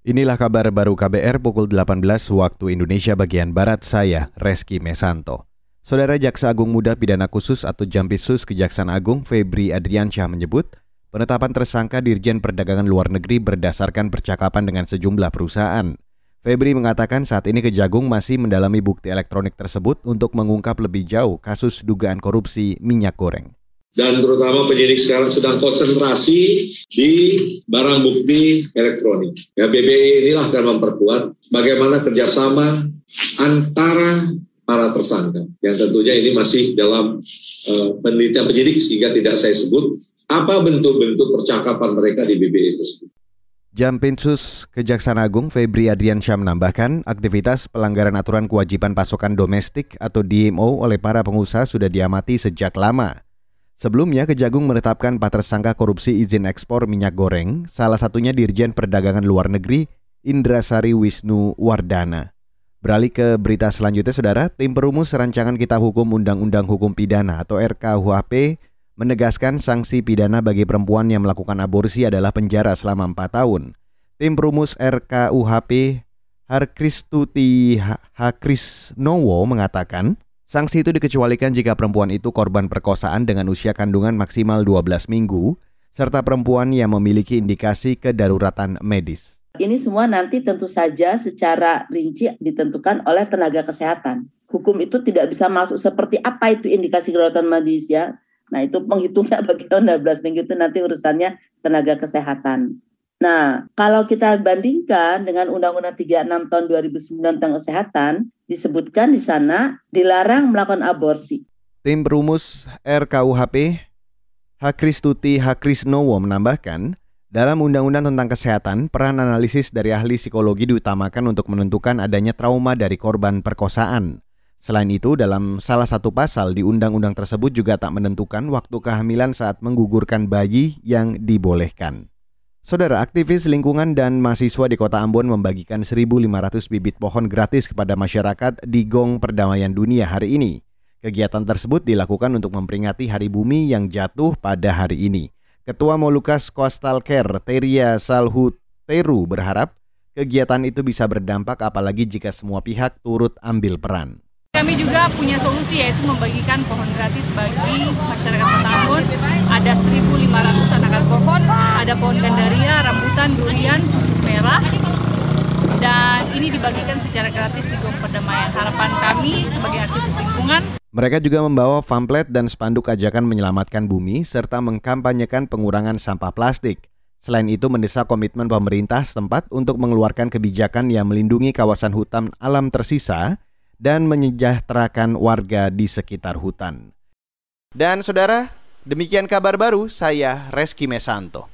Inilah kabar baru KBR pukul 18 waktu Indonesia bagian Barat, saya Reski Mesanto. Saudara Jaksa Agung Muda Pidana Khusus atau Jampitsus Kejaksaan Agung Febri Adriansyah menyebut, penetapan tersangka Dirjen Perdagangan Luar Negeri berdasarkan percakapan dengan sejumlah perusahaan. Febri mengatakan saat ini Kejagung masih mendalami bukti elektronik tersebut untuk mengungkap lebih jauh kasus dugaan korupsi minyak goreng. Dan terutama penyidik sekarang sedang konsentrasi di barang bukti elektronik. Ya, BBI inilah akan memperkuat bagaimana kerjasama antara para tersangka. Yang tentunya ini masih dalam penelitian penyidik sehingga tidak saya sebut apa bentuk-bentuk percakapan mereka di BBI tersebut. Jampitsus Kejaksaan Agung Febri Adriansyah menambahkan aktivitas pelanggaran aturan kewajiban pasokan domestik atau DMO oleh para pengusaha sudah diamati sejak lama. Sebelumnya, Kejagung menetapkan 4 tersangka korupsi izin ekspor minyak goreng, salah satunya Dirjen Perdagangan Luar Negeri Indrasari Wisnu Wardana. Beralih ke berita selanjutnya, Saudara, Tim Perumus Rancangan Kitab Hukum Undang-Undang Hukum Pidana atau RKUHP menegaskan sanksi pidana bagi perempuan yang melakukan aborsi adalah penjara selama 4 tahun. Tim Perumus RKUHP Harkristuti Hakrisnowo mengatakan, sanksi itu dikecualikan jika perempuan itu korban perkosaan dengan usia kandungan maksimal 12 minggu, serta perempuan yang memiliki indikasi kedaruratan medis. Ini semua nanti tentu saja secara rinci ditentukan oleh tenaga kesehatan. Hukum itu tidak bisa masuk seperti apa itu indikasi kedaruratan medis ya. Nah itu penghitungnya bagaimana 12 minggu itu nanti urusannya tenaga kesehatan. Nah, kalau kita bandingkan dengan Undang-Undang 36 tahun 2009 tentang kesehatan, disebutkan di sana dilarang melakukan aborsi. Tim Perumus RKUHP Hakristuti Hakrisnowo menambahkan, dalam Undang-Undang tentang Kesehatan, peran analisis dari ahli psikologi diutamakan untuk menentukan adanya trauma dari korban perkosaan. Selain itu, dalam salah satu pasal di undang-undang tersebut juga tak menentukan waktu kehamilan saat menggugurkan bayi yang dibolehkan. Saudara, aktivis lingkungan dan mahasiswa di Kota Ambon membagikan 1.500 bibit pohon gratis kepada masyarakat di Gong Perdamaian Dunia hari ini. Kegiatan tersebut dilakukan untuk memperingati Hari Bumi yang jatuh pada hari ini. Ketua Molucas Coastal Care, Teria Salhuteru berharap kegiatan itu bisa berdampak apalagi jika semua pihak turut ambil peran. Kami juga punya solusi yaitu membagikan pohon gratis bagi masyarakat Kota Ambon. Ada 1.500 anakan pohon, ada pohon gandaria, rambutan, durian, pucuk merah. Dan ini dibagikan secara gratis di Gong Perdamaian. Harapan kami sebagai aktivis lingkungan. Mereka juga membawa pamflet dan spanduk ajakan menyelamatkan bumi serta mengkampanyekan pengurangan sampah plastik. Selain itu mendesak komitmen pemerintah setempat untuk mengeluarkan kebijakan yang melindungi kawasan hutan alam tersisa dan menyejahterakan warga di sekitar hutan. Dan saudara, demikian kabar baru, saya Reski Mesanto.